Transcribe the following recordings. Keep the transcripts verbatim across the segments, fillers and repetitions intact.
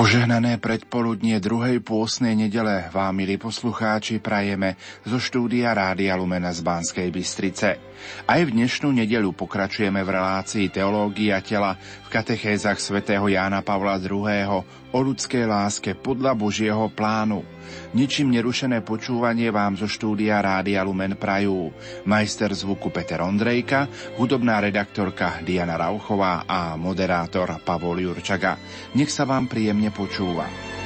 Požehnané predpoludnie druhej pôstnej nedele vám, milí poslucháči, prajeme zo štúdia Rádia Lumen z Banskej Bystrice. Aj v dnešnú nedeľu pokračujeme v relácii Teológia tela v katechézach svätého Jána Pavla druhého. o ľudskej láske podľa Božieho plánu. Ničím nerušené počúvanie vám zo štúdia Rádia Lumen prajú majster zvuku Peter Ondrejka, hudobná redaktorka Diana Rauchová a moderátor Pavol Jurčaga. Nech sa vám príjemne počúva.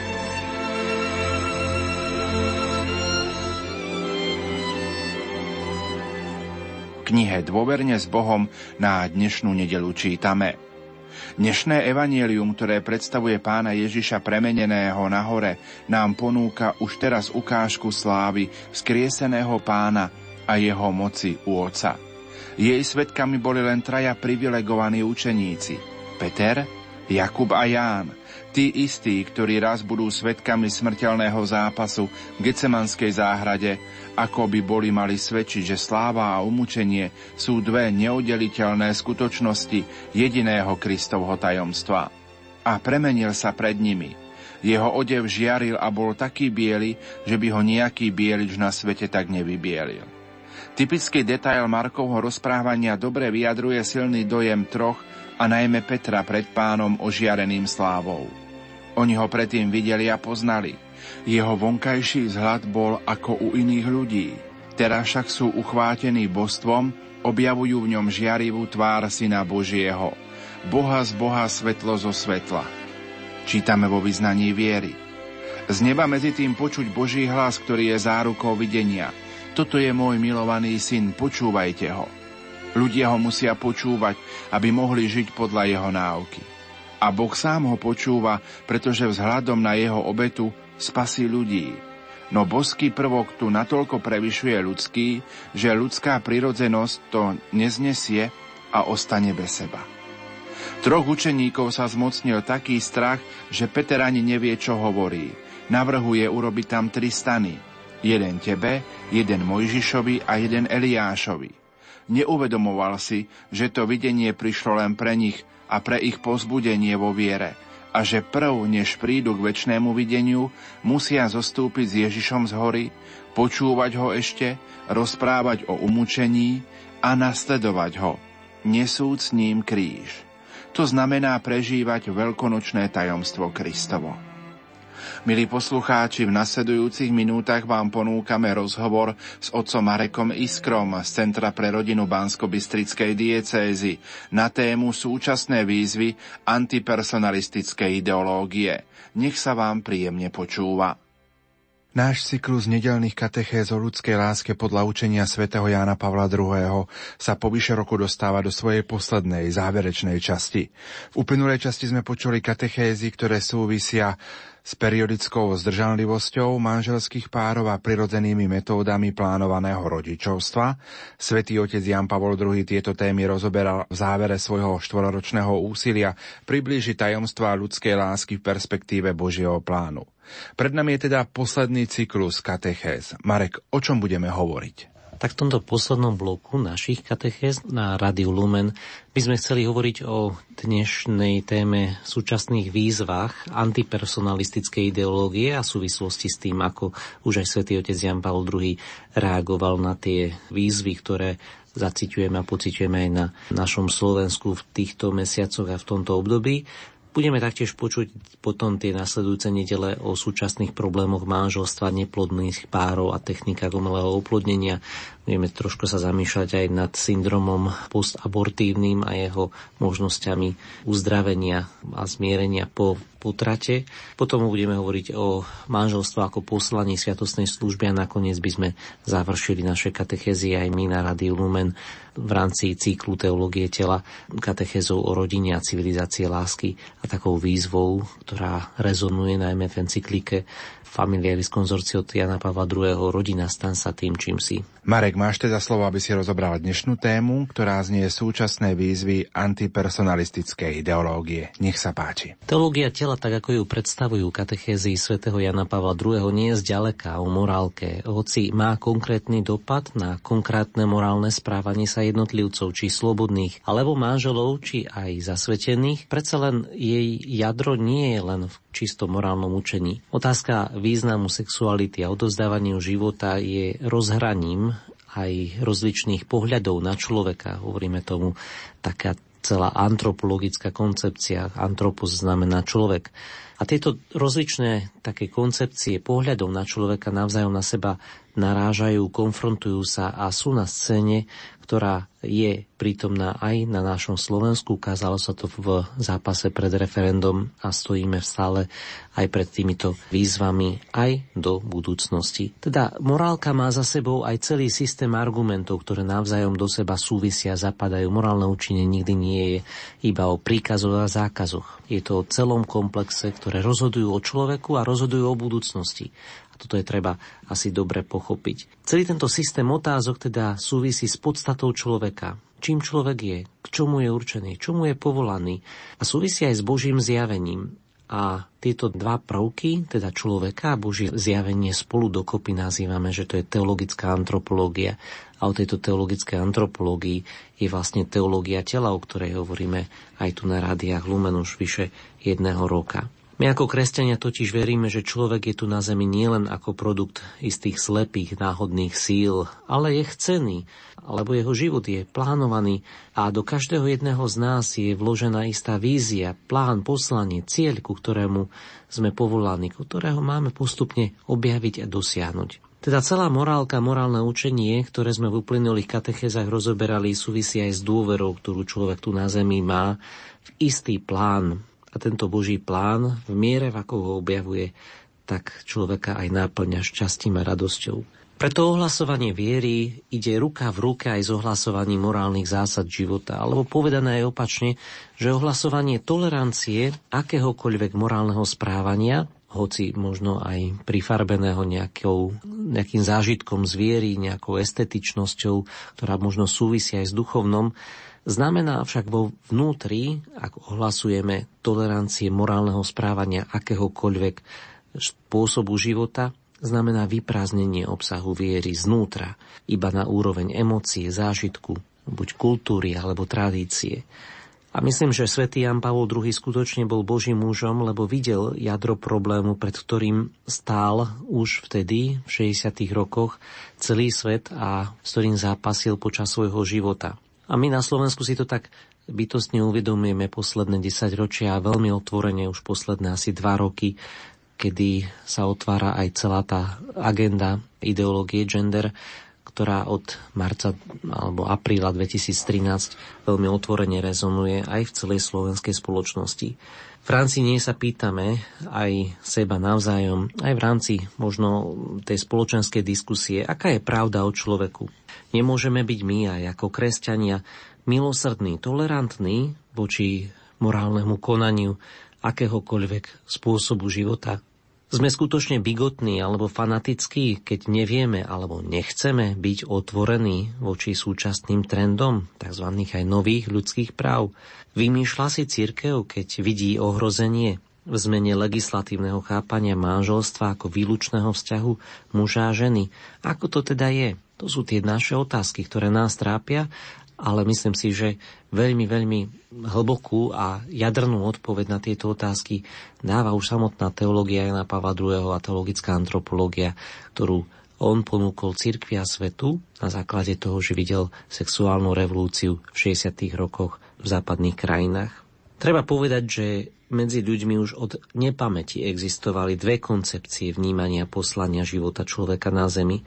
V knihe Dôverne s Bohom na dnešnú nedeľu čítame: Dnešné evanjelium, ktoré predstavuje Pána Ježiša premeneného na hore, nám ponúka už teraz ukážku slávy vzkrieseného Pána a jeho moci u Otca. Jej svedkami boli len traja privilegovaní učeníci: Peter, Jakub a Ján, tí istí, ktorí raz budú svedkami smrteľného zápasu v Getsemanskej záhrade, ako by boli mali svedčiť, že sláva a umúčenie sú dve neoddeliteľné skutočnosti jediného Kristovho tajomstva. A premenil sa pred nimi. Jeho odev žiaril a bol taký biely, že by ho nejaký bielič na svete tak nevybielil. Typický detail Markovho rozprávania dobre vyjadruje silný dojem troch a najmä Petra pred Pánom ožiareným slávou. Oni ho predtým videli a poznali. Jeho vonkajší vzhľad bol ako u iných ľudí. Teraz však sú uchvátení božstvom, objavujú v ňom žiarivú tvár Syna Božieho. Boha z Boha, svetlo zo svetla. Čítame vo vyznaní viery. Z neba medzi tým počuť Boží hlas, ktorý je zárukou videnia. Toto je môj milovaný syn, počúvajte ho. Ľudia ho musia počúvať, aby mohli žiť podľa jeho náuky. A Boh sám ho počúva, pretože vzhľadom na jeho obetu spasí ľudí. No božský prvok tu natoľko prevyšuje ľudský, že ľudská prirodzenosť to neznesie a ostane bez seba. Troch učeníkov sa zmocnil taký strach, že Peter ani nevie, čo hovorí. Navrhuje urobiť tam tri stany. Jeden tebe, jeden Mojžišovi a jeden Eliášovi. Neuvedomoval si, že to videnie prišlo len pre nich a pre ich povzbudenie vo viere, a že prv, než prídu k večnému videniu, musia zostúpiť s Ježišom z hory, počúvať ho ešte, rozprávať o umúčení a nasledovať ho, nesúc s ním kríž. To znamená prežívať veľkonočné tajomstvo Kristovo. Milí poslucháči, v nasledujúcich minútach vám ponúkame rozhovor s otcom Marekom Iskrom z Centra pre rodinu Banskobystrickej diecézy na tému súčasné výzvy antipersonalistickej ideológie. Nech sa vám príjemne počúva. Náš cyklus nedeľných katechéz o ľudskej láske podľa učenia svätého Jána Pavla druhého. sa po vyše roku dostáva do svojej poslednej, záverečnej časti. V uplynulej časti sme počuli katechézy, ktoré súvisia s periodickou zdržanlivosťou manželských párov a prirodzenými metódami plánovaného rodičovstva. Svätý otec Ján Pavol druhý. tieto témy rozoberal v závere svojho štvororočného úsilia priblížiť tajomstvá ľudskej lásky v perspektíve Božieho plánu. Pred nami je teda posledný cyklus katechéz. Marek, o čom budeme hovoriť? Tak v tomto poslednom bloku našich katechéz na Rádiu Lumen by sme chceli hovoriť o dnešnej téme súčasných výzvach antipersonalistickej ideológie a súvislosti s tým, ako už aj svätý otec Ján Pavol druhý. reagoval na tie výzvy, ktoré zaciťujeme a pociťujeme aj na našom Slovensku v týchto mesiacoch a v tomto období. Budeme taktiež počuť potom tie nasledujúce nedele o súčasných problémoch manželstva, neplodných párov a technikách umelého oplodnenia. Budeme trošku sa zamýšľať aj nad syndromom postabortívnym a jeho možnosťami uzdravenia a zmierenia po potrate. Potom budeme hovoriť o manželstve ako poslaní sviatostnej služby a nakoniec by sme završili naše katechézy aj my na Rádiu Lumen v rámci cyklu Teológie tela katechézou o rodine a civilizácie lásky a takou výzvou, ktorá rezonuje najmä v encyklike Familiaris Consortio od Jana Pavla druhého. Rodina, stan sa tým, čím si. Marek, máš teda slovo, aby si rozobral dnešnú tému, ktorá znie súčasné výzvy antipersonalistickej ideológie. Nech sa páči. Teológia tela, tak ako ju predstavujú katechézy svätého Jana Pavla druhého. nie je zďaleka o morálke, hoci má konkrétny dopad na konkrétne morálne správanie sa jednotlivcov, či slobodných, alebo manželov, či aj zasvetených. Predsa len jej jadro nie je len v čisto morálnom učení. Otázka významu sexuality a odovzdávaniu života je rozhraním aj rozličných pohľadov na človeka. Hovoríme tomu taká celá antropologická koncepcia. Antropos znamená človek. A tieto rozličné také koncepcie pohľadov na človeka navzájom na seba narážajú, konfrontujú sa a sú na scéne, ktorá je prítomná aj na našom Slovensku. Ukázalo sa to v zápase pred referendum a stojíme stále aj pred týmito výzvami aj do budúcnosti. Teda morálka má za sebou aj celý systém argumentov, ktoré navzájom do seba súvisia, zapadajú. Morálne učenie nikdy nie je iba o príkazoch a zákazoch. Je to o celom komplexe, ktoré rozhodujú o človeku a rozhodujú o budúcnosti. A toto je treba asi dobre pochopiť. Celý tento systém otázok teda súvisí s podstatou človeka. Čím človek je, k čomu je určený, čomu je povolaný. A súvisí aj s Božím zjavením. A tieto dva prvky, teda človeka a Božie zjavenie spolu dokopy nazývame, že to je teologická antropológia. A o tejto teologickej antropológii je vlastne teológia tela, o ktorej hovoríme aj tu na rádiách Lumen už vyše jedného roka. My ako kresťania totiž veríme, že človek je tu na zemi nielen ako produkt istých slepých náhodných síl, ale je chcený, lebo jeho život je plánovaný a do každého jedného z nás je vložená istá vízia, plán, poslanie, cieľ, ku ktorému sme povolaní, ku ktorého máme postupne objaviť a dosiahnuť. Teda celá morálka, morálne učenie, ktoré sme v uplynulých katechézach rozoberali, súvisí aj s dôverou, ktorú človek tu na zemi má v istý plán. A tento Boží plán, v miere, v ako ho objavuje, tak človeka aj náplňa šťastím a radosťou. Preto ohlasovanie viery ide ruka v ruke aj s ohlasovaním morálnych zásad života, alebo povedané aj opačne, že ohlasovanie tolerancie akéhokoľvek morálneho správania, hoci možno aj prifarbeného nejakou, nejakým zážitkom z viery, nejakou estetičnosťou, ktorá možno súvisí aj s duchovnom, znamená však vo vnútri, ak ohlasujeme tolerancie morálneho správania akéhokoľvek spôsobu života, znamená vyprázdnenie obsahu viery znútra, iba na úroveň emócie, zážitku, buď kultúry alebo tradície. A myslím, že svätý Ján Pavol druhý skutočne bol Božím mužom, lebo videl jadro problému, pred ktorým stál už vtedy, v šesťdesiatych rokoch, celý svet a s ktorým zápasil počas svojho života. A my na Slovensku si to tak bytostne uvedomujeme posledné desaťročia a veľmi otvorene už posledné asi dva roky, kedy sa otvára aj celá tá agenda ideológie gender, ktorá od marca alebo apríla dvetisíctrinásť veľmi otvorene rezonuje aj v celej slovenskej spoločnosti. V rámci nej sa pýtame aj seba navzájom, aj v rámci možno tej spoločenskej diskusie, aká je pravda o človeku. Nemôžeme byť my aj ako kresťania milosrdní, tolerantní voči morálnemu konaniu akéhokoľvek spôsobu života. Sme skutočne bigotní alebo fanatickí, keď nevieme alebo nechceme byť otvorení voči súčasným trendom tzv. Aj nových ľudských práv. Vymýšľa si cirkev, keď vidí ohrozenie v zmene legislatívneho chápania manželstva ako výlučného vzťahu muža a ženy. Ako to teda je? To sú tie naše otázky, ktoré nás trápia, ale myslím si, že veľmi, veľmi hlbokú a jadrnú odpoveď na tieto otázky dáva už samotná teológia Jana Pavla druhého. A teologická antropológia, ktorú on ponúkol cirkvi a svetu na základe toho, že videl sexuálnu revolúciu v šesťdesiatych rokoch v západných krajinách. Treba povedať, že medzi ľuďmi už od nepamäti existovali dve koncepcie vnímania poslania života človeka na zemi.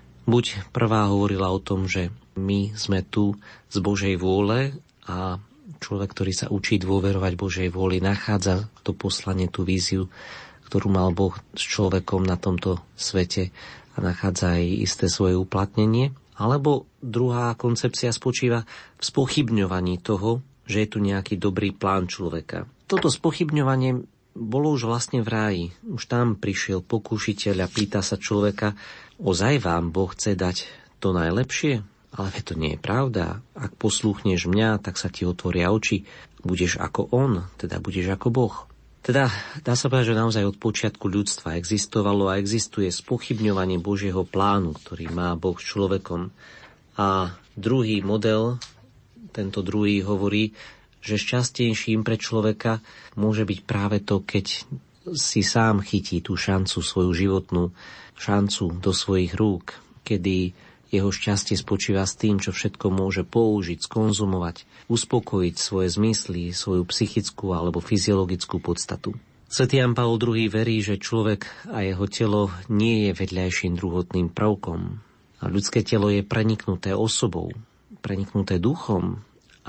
Buď prvá hovorila o tom, že my sme tu z Božej vôle a človek, ktorý sa učí dôverovať Božej vôli, nachádza to poslanie, tú víziu, ktorú mal Boh s človekom na tomto svete a nachádza aj isté svoje uplatnenie. Alebo druhá koncepcia spočíva v spochybňovaní toho, že je tu nejaký dobrý plán človeka. Toto spochybňovanie bolo už vlastne v ráji. Už tam prišiel pokúšiteľ a pýta sa človeka, ozaj vám Boh chce dať to najlepšie? Ale to nie je pravda. Ak poslúchneš mňa, tak sa ti otvoria oči. Budeš ako on, teda budeš ako Boh. Teda dá sa povedať, že naozaj od počiatku ľudstva existovalo a existuje spochybňovanie Božieho plánu, ktorý má Boh s človekom. A druhý model, tento druhý hovorí, že šťastnejším pre človeka môže byť práve to, keď si sám chytí tú šancu, svoju životnú šancu do svojich rúk, kedy jeho šťastie spočíva s tým, čo všetko môže použiť, skonzumovať, uspokojiť svoje zmysly, svoju psychickú alebo fyziologickú podstatu. Svätý Ján Pavol druhý verí, že človek a jeho telo nie je vedľajším druhotným prvkom. A ľudské telo je preniknuté osobou, preniknuté duchom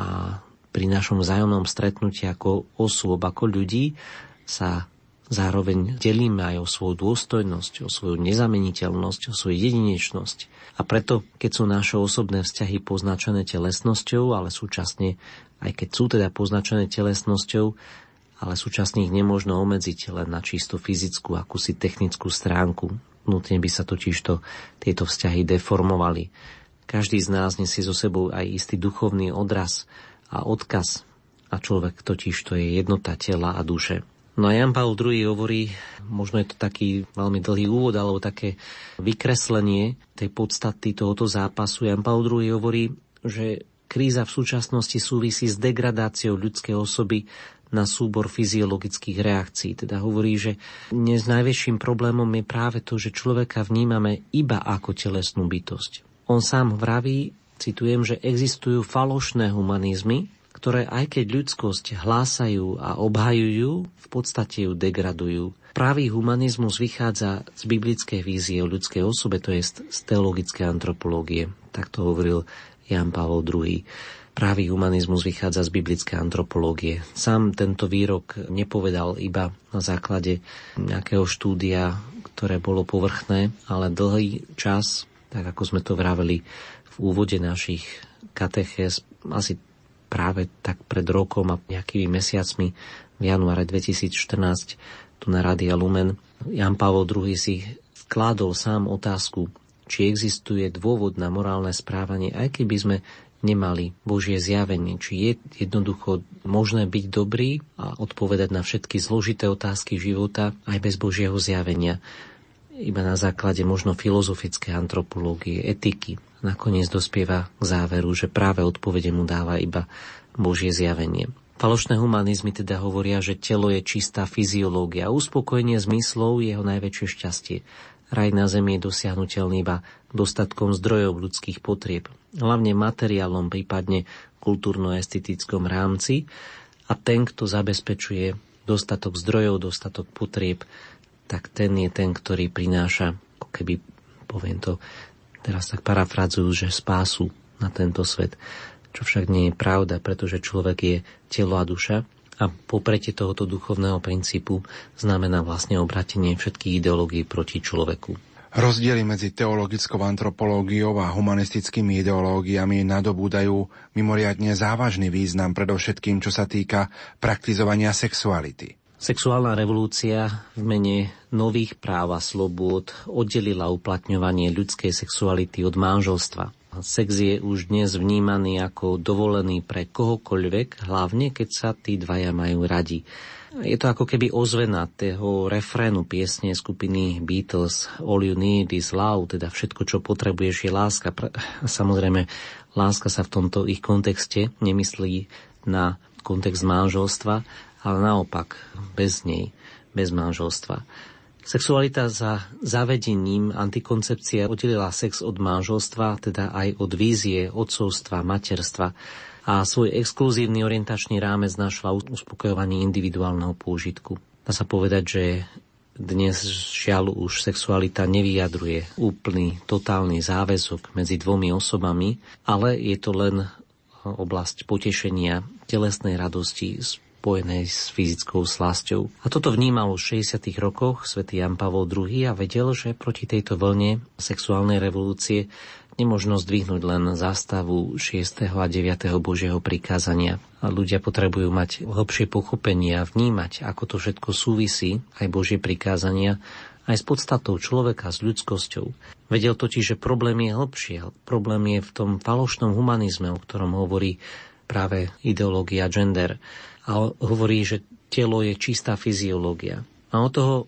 a pri našom vzájomnom stretnutí ako osôb, ako ľudí sa zároveň delíme aj o svoju dôstojnosť, o svoju nezameniteľnosť, o svoju jedinečnosť. A preto, keď sú naše osobné vzťahy poznačené telesnosťou, ale súčasne, aj keď sú teda poznačené telesnosťou, ale súčasne ich nemožno obmedziť len na čisto fyzickú, akúsi technickú stránku. Nutne by sa totižto tieto vzťahy deformovali. Každý z nás nesie so sebou aj istý duchovný odraz a odkaz. A človek totižto je jednota tela a duše. No a Ján Pavol druhý hovorí, možno je to taký veľmi dlhý úvod, alebo také vykreslenie tej podstaty tohoto zápasu. Ján Pavol druhý hovorí, že kríza v súčasnosti súvisí s degradáciou ľudskej osoby na súbor fyziologických reakcií. Teda hovorí, že dnes najväčším problémom je práve to, že človeka vnímame iba ako telesnú bytosť. On sám vraví, citujem, že existujú falošné humanizmy, ktoré aj keď ľudskosť hlásajú a obhajujú, v podstate ju degradujú. Pravý humanizmus vychádza z biblickej vízie o ľudskej osobe, to je z teologickej antropológie. Tak to hovoril Ján Pavol druhý. Pravý humanizmus vychádza z biblickej antropológie. Sám tento výrok nepovedal iba na základe nejakého štúdia, ktoré bolo povrchné, ale dlhý čas, tak ako sme to vraveli v úvode našich katechéz, asi práve tak pred rokom a nejakými mesiacmi v januáre dvetisícštrnásť tu na Rádia Lumen Ján Pavol druhý si kládol sám otázku, či existuje dôvod na morálne správanie, aj keby sme nemali Božie zjavenie, či je jednoducho možné byť dobrý a odpovedať na všetky zložité otázky života aj bez Božieho zjavenia. Iba na základe možno filozofickej antropológie, etiky. Nakoniec dospieva k záveru, že práve odpovede mu dáva iba Božie zjavenie. Falošné humanizmy teda hovoria, že telo je čistá fyziológia a uspokojenie zmyslov je jeho najväčšie šťastie. Raj na zemi je dosiahnuteľný iba dostatkom zdrojov ľudských potrieb, hlavne materiálom, prípadne kultúrno-estetickom rámci, a ten, kto zabezpečuje dostatok zdrojov, dostatok potrieb, tak ten je ten, ktorý prináša, ako keby, poviem to, teraz tak parafrazujú, že spásu na tento svet. Čo však nie je pravda, pretože človek je telo a duša a popretie tohoto duchovného princípu znamená vlastne obratenie všetkých ideológií proti človeku. Rozdiely medzi teologickou antropológiou a humanistickými ideológiami nadobúdajú mimoriadne závažný význam, predovšetkým čo sa týka praktizovania sexuality. Sexuálna revolúcia v mene nových práv a slobôd oddelila uplatňovanie ľudskej sexuality od manželstva. Sex je už dnes vnímaný ako dovolený pre kohokoľvek, hlavne keď sa tí dvaja majú radi. Je to ako keby ozvena toho refrénu piesne skupiny Beatles All You Need Is Love, teda všetko, čo potrebuješ, je láska. Samozrejme, láska sa v tomto ich kontexte nemyslí na kontext manželstva, ale naopak, bez nej, bez manželstva. Sexualita za zavedením antikoncepcie oddelila sex od manželstva, teda aj od vízie otcovstva, materstva, a svoj exkluzívny orientačný rámec našla uspokojovanie individuálneho pôžitku. Dá sa povedať, že dnes žiaľ už sexualita nevyjadruje úplný, totálny záväzok medzi dvomi osobami, ale je to len oblasť potešenia, telesnej radosti, spojenej s fyzickou slasťou. A toto vnímal už v šesťdesiatych rokoch svätý Ján Pavol druhý a vedel, že proti tejto vlne sexuálnej revolúcie nemožno zdvihnúť len zástavu šiesteho a deviateho Božieho prikázania. A ľudia potrebujú mať hlbšie pochopenie a vnímať, ako to všetko súvisí, aj Božie prikázania, aj s podstatou človeka, s ľudskosťou. Vedel totiž, že problém je hlbšie. Problém je v tom falošnom humanizme, o ktorom hovorí práve ideológia gender. A hovorí, že telo je čistá fyziológia. A od toho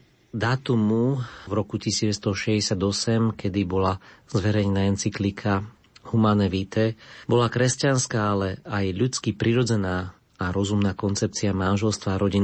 dátumu v roku devätnásťstošesťdesiatosem, kedy bola zverejnená encyklika Humane Vitae, bola kresťanská, ale aj ľudsky prirodzená a rozumná koncepcia manželstva a rodiny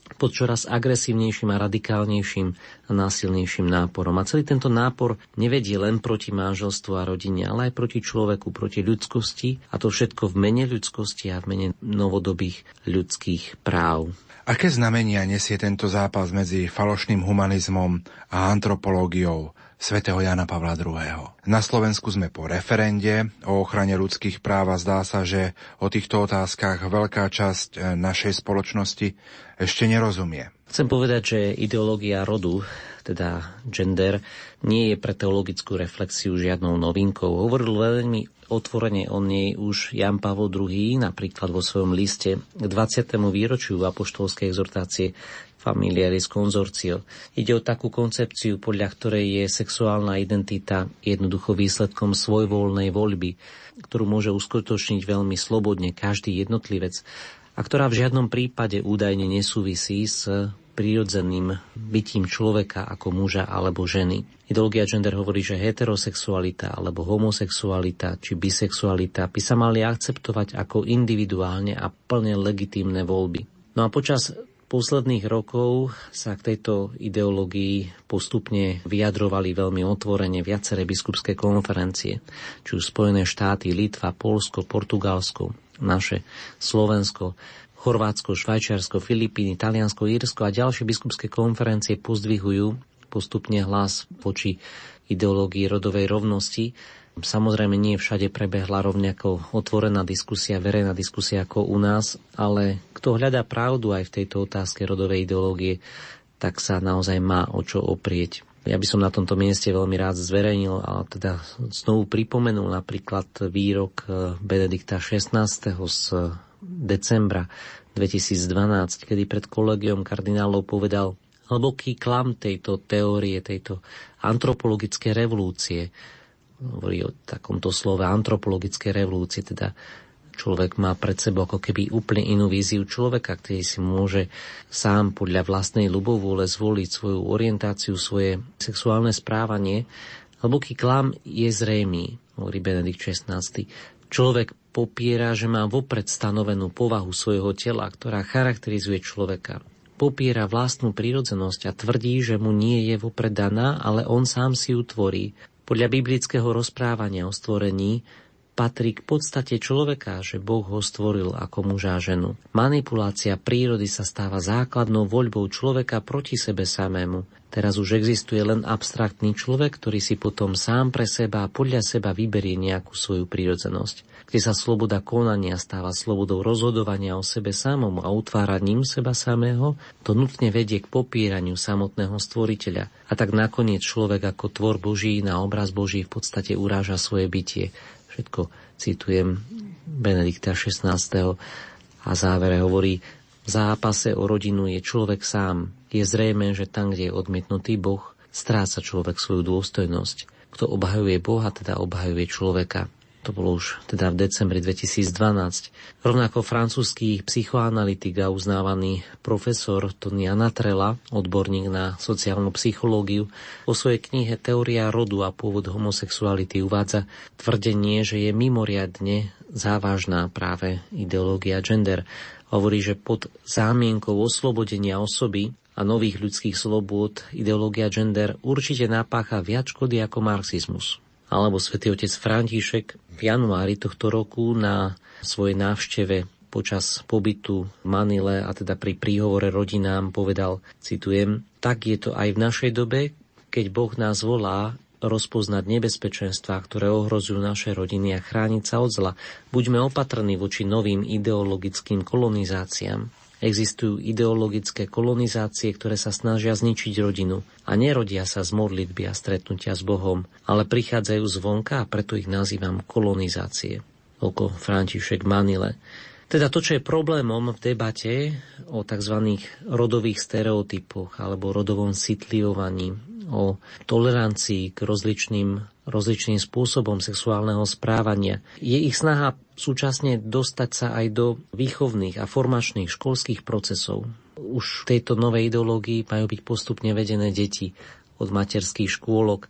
pod čoraz agresívnejším a radikálnejším a násilnejším náporom. A celý tento nápor nevedie len proti manželstvu a rodine, ale aj proti človeku, proti ľudskosti, a to všetko v mene ľudskosti a v mene novodobých ľudských práv. Aké znamenia nesie tento zápas medzi falošným humanizmom a antropológiou svätého Jána Pavla druhého. Na Slovensku sme po referende o ochrane ľudských práv a zdá sa, že o týchto otázkach veľká časť našej spoločnosti ešte nerozumie. Chcem povedať, že ideológia rodu, teda gender, nie je pre teologickú reflexiu žiadnou novinkou. Hovoril veľmi otvorene o nej už Ján Pavol druhý, napríklad vo svojom liste k dvadsiatemu výročiu apoštolskej exhortácie Familiaris Consortio. Ide o takú koncepciu, podľa ktorej je sexuálna identita jednoducho výsledkom svojvoľnej voľby, ktorú môže uskutočniť veľmi slobodne každý jednotlivec a ktorá v žiadnom prípade údajne nesúvisí s prirodzeným bytím človeka ako muža alebo ženy. Ideológia gender hovorí, že heterosexualita alebo homosexualita či bisexualita by sa mali akceptovať ako individuálne a plne legitímne voľby. No a počas posledných rokov sa k tejto ideológii postupne vyjadrovali veľmi otvorene viaceré biskupské konferencie, či už Spojené štáty, Litva, Poľsko, Portugalsko, naše Slovensko, Chorvátsko, Švajčiarsko, Filipíny, Taliansko, Írsko a ďalšie biskupské konferencie pozdvihujú postupne hlas voči ideológii rodovej rovnosti. Samozrejme, nie všade prebehla rovnako otvorená diskusia, verejná diskusia ako u nás, ale kto hľadá pravdu aj v tejto otázke rodovej ideológie, tak sa naozaj má o čo oprieť. Ja by som na tomto mieste veľmi rád zverejnil a teda znovu pripomenul napríklad výrok Benedikta šestnásteho z decembra dvetisícdvanásť, kedy pred kolegiom kardinálov povedal: hlboký klam tejto teórie, tejto antropologickej revolúcie, hovorí o takomto slove antropologické revolúcie, teda človek má pred sebou ako keby úplne inú víziu človeka, ktorý si môže sám podľa vlastnej ľubovôle zvoliť svoju orientáciu, svoje sexuálne správanie. Hlboký klam je zrejmý, hovorí Benedikt šestnásty. Človek popiera, že má vopred stanovenú povahu svojho tela, ktorá charakterizuje človeka. Popiera vlastnú prírodzenosť a tvrdí, že mu nie je vopred daná, ale on sám si ju tvorí. Podľa biblického rozprávania o stvorení patrí k podstate človeka, že Boh ho stvoril ako muža a ženu. Manipulácia prírody sa stáva základnou voľbou človeka proti sebe samému. Teraz už existuje len abstraktný človek, ktorý si potom sám pre seba a podľa seba vyberie nejakú svoju prírodzenosť, kde sa sloboda konania stáva slobodou rozhodovania o sebe samom a utváraním seba samého, to nutne vedie k popieraniu samotného stvoriteľa. A tak nakoniec človek ako tvor Boží na obraz Boží v podstate uráža svoje bytie. Všetko citujem Benedikta šestnásteho a závere hovorí: v zápase o rodinu je človek sám. Je zrejmé, že tam, kde je odmietnutý Boh, stráca človek svoju dôstojnosť. Kto obhajuje Boha, teda obhajuje človeka. To bolo už teda v decembri dvetisícdvanásť. Rovnako francúzsky psychoanalytik a uznávaný profesor Tony Anatrella, odborník na sociálnu psychológiu, vo svojej knihe Teória rodu a pôvod homosexuality uvádza tvrdenie, že je mimoriadne závažná práve ideológia gender. Hovorí, že pod zámienkou oslobodenia osoby a nových ľudských slobôd ideológia gender určite napácha viac škody ako marxizmus. Alebo svätý otec František v januári tohto roku na svojej návšteve počas pobytu v Manile a teda pri príhovore rodinám povedal, citujem: tak je to aj v našej dobe, keď Boh nás volá rozpoznať nebezpečenstvá, ktoré ohrozujú naše rodiny a chrániť sa od zla. Buďme opatrní voči novým ideologickým kolonizáciám. Existujú ideologické kolonizácie, ktoré sa snažia zničiť rodinu a nerodia sa z modlitby a stretnutia s Bohom, ale prichádzajú zvonka a preto ich nazývam kolonizácie. Oko František Manile. Teda to, čo je problémom v debate o tzv. Rodových stereotypoch alebo rodovom citlivovaní, o tolerancii k rozličným, rozličným spôsobom sexuálneho správania, je ich snaha súčasne dostať sa aj do výchovných a formačných školských procesov. Už v tejto novej ideológii majú byť postupne vedené deti od materských škôlok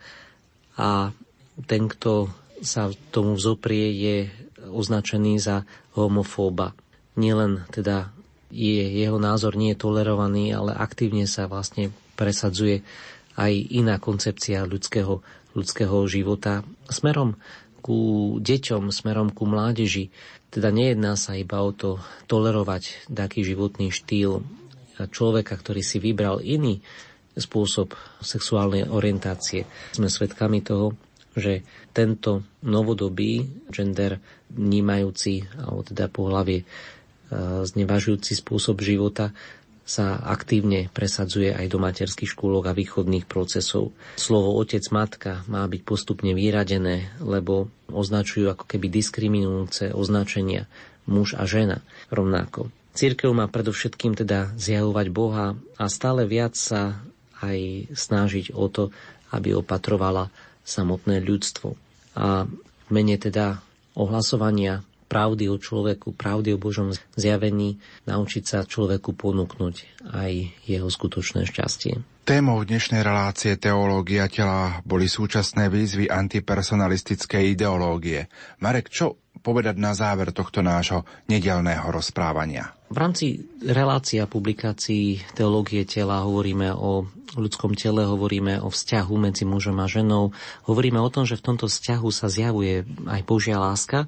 a ten, kto sa tomu vzoprie, je označený za homofóba. Nielen teda je, jeho názor nie je tolerovaný, ale aktívne sa vlastne presadzuje aj iná koncepcia ľudského, ľudského života smerom ku deťom, smerom ku mládeži. Teda nejedná sa iba o to tolerovať taký životný štýl človeka, ktorý si vybral iný spôsob sexuálnej orientácie. Sme svedkami toho, že tento novodobý gender vnímajúci, alebo teda pohlavie znevažujúci spôsob života sa aktívne presadzuje aj do materských škôlok a výchovných procesov. Slovo otec, matka má byť postupne vyradené, lebo označujú ako keby diskriminujúce označenia muž a žena rovnako. Cirkev má predovšetkým teda zjavovať Boha a stále viac sa aj snažiť o to, aby opatrovala samotné ľudstvo. A v mene teda ohlasovania pravdy o človeku, pravdy o Božom zjavení, naučiť sa človeku ponúknuť aj jeho skutočné šťastie. Témou dnešnej relácie Teológia tela boli súčasné výzvy antipersonalistickej ideológie. Marek, čo povedať na záver tohto nášho nedeľného rozprávania? V rámci relácií a publikácií Teológie tela hovoríme o ľudskom tele, hovoríme o vzťahu medzi mužom a ženou, hovoríme o tom, že v tomto vzťahu sa zjavuje aj Božia láska.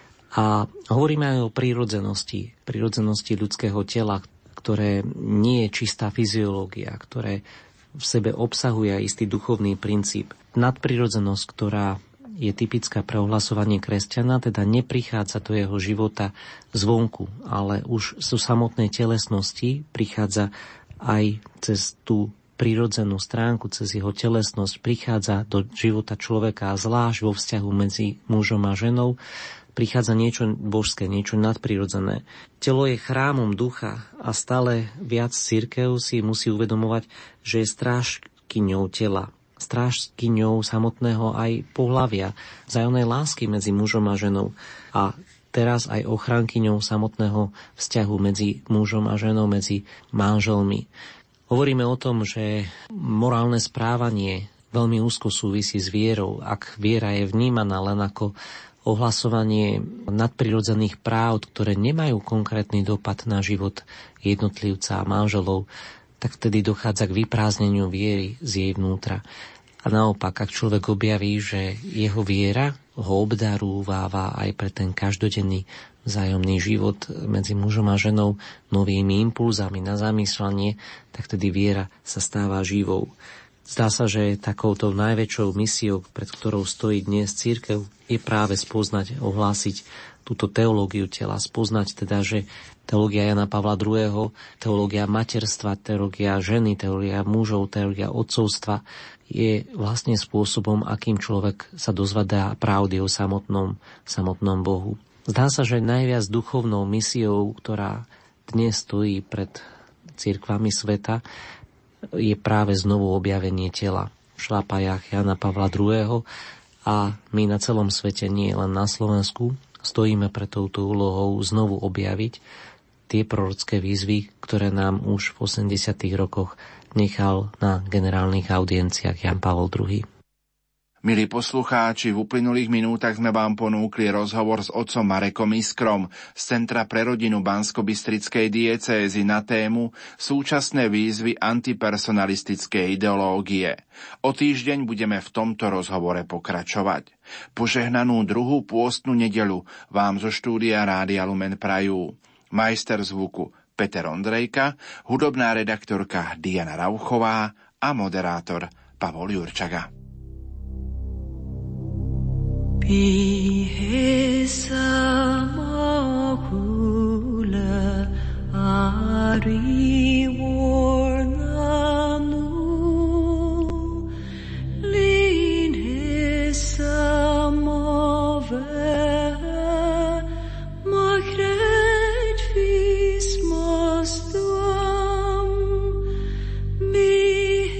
A hovoríme aj o prírodzenosti, prírodzenosti ľudského tela, ktoré nie je čistá fyziológia, ktoré v sebe obsahuje istý duchovný princíp. Nadprirodzenosť, ktorá je typická pre ohlasovanie kresťana, teda neprichádza do jeho života zvonku, ale už zo samotnej telesnosti prichádza aj cez tú prirodzenú stránku, cez jeho telesnosť, prichádza do života človeka, zvlášť vo vzťahu medzi mužom a ženou, prichádza niečo božské, niečo nadprirodzené. Telo je chrámom ducha a stále viac cirkev si musí uvedomovať, že je strážkyňou tela, strážkyňou samotného aj pohlavia, vzájomnej lásky medzi mužom a ženou a teraz aj ochránkyňou samotného vzťahu medzi mužom a ženou, medzi manželmi. Hovoríme o tom, že morálne správanie veľmi úzko súvisí s vierou. Ak viera je vnímaná len ako ohlasovanie nadprirodzených práv, ktoré nemajú konkrétny dopad na život jednotlivca a manželov, tak vtedy dochádza k vyprázdneniu viery z jej vnútra. A naopak, ak človek objaví, že jeho viera ho obdarúváva aj pre ten každodenný vzájomný život medzi mužom a ženou novými impulzami na zamýšľanie, tak vtedy viera sa stáva živou. Zdá sa, že takouto najväčšou misiou, pred ktorou stojí dnes cirkev, je práve spoznať, ohlásiť túto teológiu tela, spoznať teda, že teológia Jana Pavla druhého., teológia materstva, teológia ženy, teológia mužov, teológia otcovstva je vlastne spôsobom, akým človek sa dozvedá pravdy o samotnom, samotnom Bohu. Zdá sa, že najviac duchovnou misiou, ktorá dnes stojí pred cirkvami sveta, je práve znovu objavenie tela v šľapajách Jana Pavla druhého. A my na celom svete, nie len na Slovensku, stojíme pred touto úlohou znovu objaviť tie prorocké výzvy, ktoré nám už v osemdesiatych rokoch nechal na generálnych audienciách Jan Pavol druhý. Milí poslucháči, v uplynulých minútach sme vám ponúkli rozhovor s otcom Marekom Iskrom z Centra pre rodinu Banskobystrickej diecézy na tému Súčasné výzvy antipersonalistickej ideológie. O týždeň budeme v tomto rozhovore pokračovať. Požehnanú druhú pôstnu nedeľu vám zo štúdia Rádia Lumen prajú majster zvuku Peter Ondrejka, hudobná redaktorka Diana Rauchová a moderátor Pavol Jurčaga. 비해 사마굴라 아리월나누 린해 사마베 마크렛 피스마스두암 비해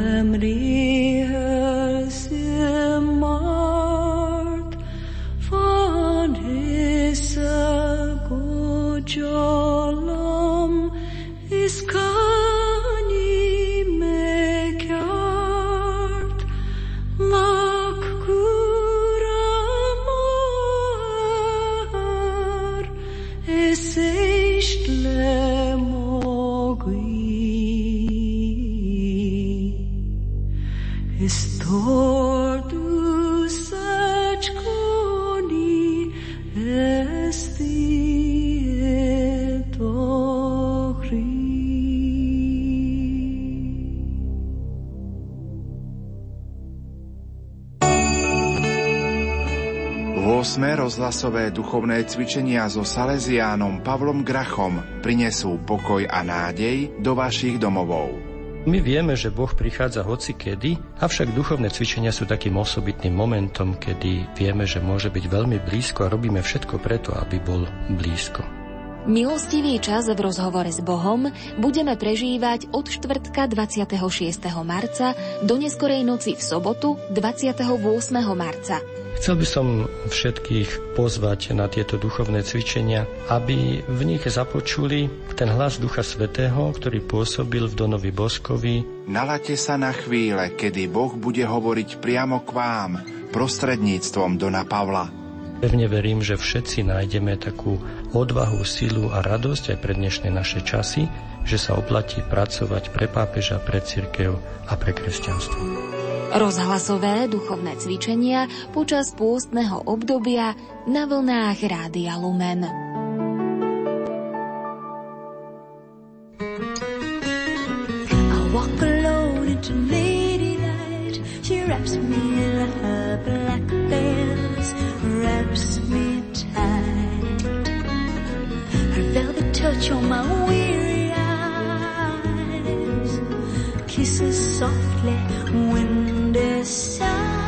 ôsme rozhlasové duchovné cvičenia so Salesiánom Pavlom Grachom prinesú pokoj a nádej do vašich domovov. My vieme, že Boh prichádza hocikedy, avšak duchovné cvičenia sú takým osobitným momentom, kedy vieme, že môže byť veľmi blízko a robíme všetko preto, aby bol blízko. Milostivý čas v rozhovore s Bohom budeme prežívať od štvrtka dvadsiateho šiesteho marca do neskorej noci v sobotu dvadsiateho ôsmeho marca. Chcel by som všetkých pozvať na tieto duchovné cvičenia, aby v nich započuli ten hlas Ducha Svätého, ktorý pôsobil v Donovi Boskovi. Nalaďte sa na chvíle, kedy Boh bude hovoriť priamo k vám prostredníctvom Dona Pavla. Pevne verím, že všetci nájdeme takú odvahu, silu a radosť aj pre dnešné naše časy, že sa oplatí pracovať pre pápeža, pre cirkev a pre kresťanstvo. Rozhlasové duchovné cvičenia počas pôstneho obdobia na vlnách Rádia Lumen. I walk alone into lady night. She wraps me in her black veils, wraps me tight. Her velvet touch on my weary eyes, kisses softly when sighs.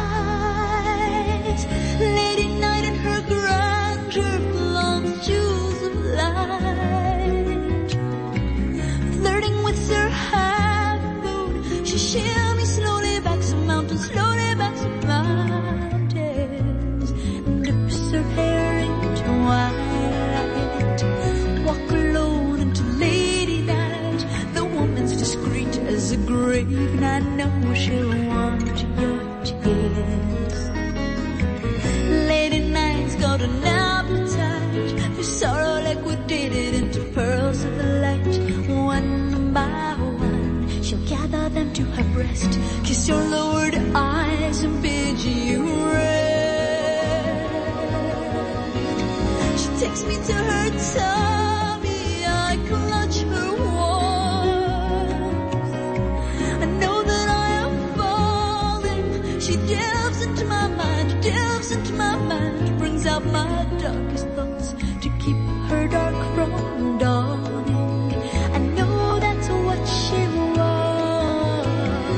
Lady night in her grandeur flaunt jewels of light. Flirting with her half moon, she shimmies slowly back some mountains, slowly back some mountains, dips her hair into twilight. Walk alone into lady night. The woman's discreet as a grave, and I know she'll want your tears. Lady night's got an appetite for sorrow, liquidated into pearls of light. One by one, she'll gather them to her breast, kiss your lowered eyes and bid you rest. She takes me to her tummy, I clutch her warmth. I know that I am falling. She delves into my mind, delves into my mind, brings out my darkest thoughts to keep her dark from dawning. I know that's what she wants.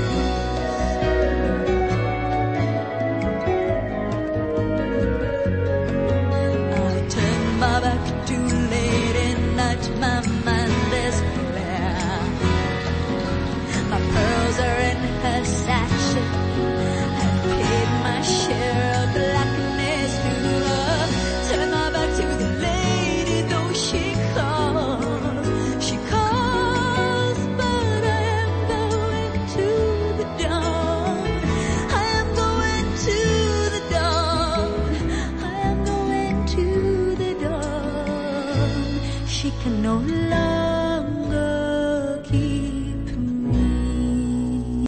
I turn my back to lady night, my mind is clear. My pearls are in her sachet, I've paid my share of blackness to her. Turn my back to the lady, though she calls, she calls, but I am going to the dawn. I am going to the dawn. I am going to the dawn. She can no longer